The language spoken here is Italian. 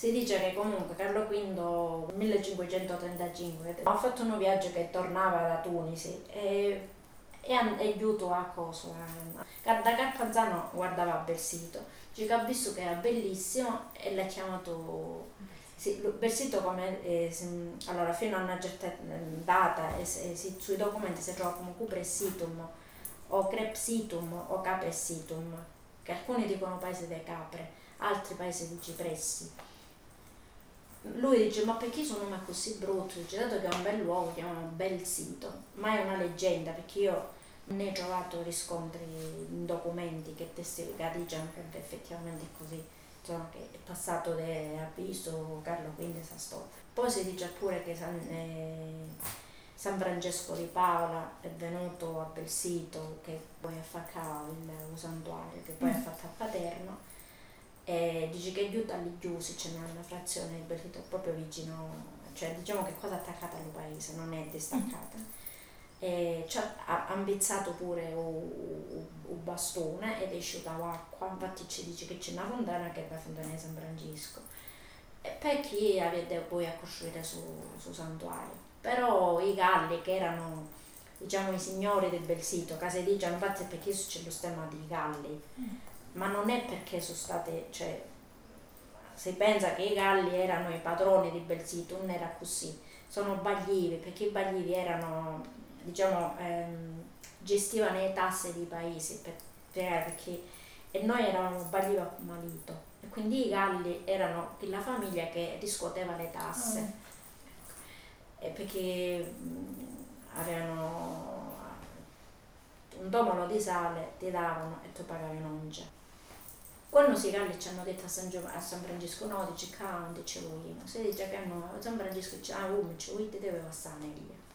Si dice che comunque Carlo V nel 1535 ha fatto un viaggio che tornava da Tunisi e è giunto a cosa? Da Carpanzano guardava Bersito, dice che ha visto che era bellissimo e l'ha chiamato. Sì, Bersito come allora fino a una certa data sui documenti si trova come Cupressitum o Crepsitum o Capressitum, che alcuni dicono paese delle capre, altri paese di cipressi. Lui dice: ma perché sono nome così brutto? Dice: dato che è un bel luogo, chiamano bel sito, ma è una leggenda, perché io non ne ho trovato riscontri in documenti che dicano che effettivamente è così, insomma, che è passato ha visto Carlo V sa storia. Poi si dice pure che San Francesco di Paola è venuto a Belsito, che poi ha fatto il santuario, che poi ha fatto a Paterno, e dice che giù da lì chiusi c'è una frazione di Belsito proprio vicino, cioè diciamo che è quasi attaccata al paese, non è distaccata. E ha ambizzato pure un bastone ed è uscita l'acqua, infatti ci dice che c'è una fontana che è la fontana di San Francesco, e per chi avete poi a costruire su santuario. Però i Galli, che erano diciamo i signori del Belsito, che si dice infatti perché c'è lo stemma dei Galli, ma non è perché sono state, cioè si pensa che i Galli erano i padroni di Belsito, non era così, sono baglivi, perché i baglivi erano, diciamo, gestivano le tasse dei paesi, perché e noi eravamo baglivi a marito, e quindi i Galli erano la famiglia che riscuoteva le tasse, e perché avevano un domolo di sale, ti davano e tu pagavi non già. Quando i Galli ci hanno detto a San Francesco: no, dice, non dicevo io, si dice che no, San Francesco dice, ti deve passare via.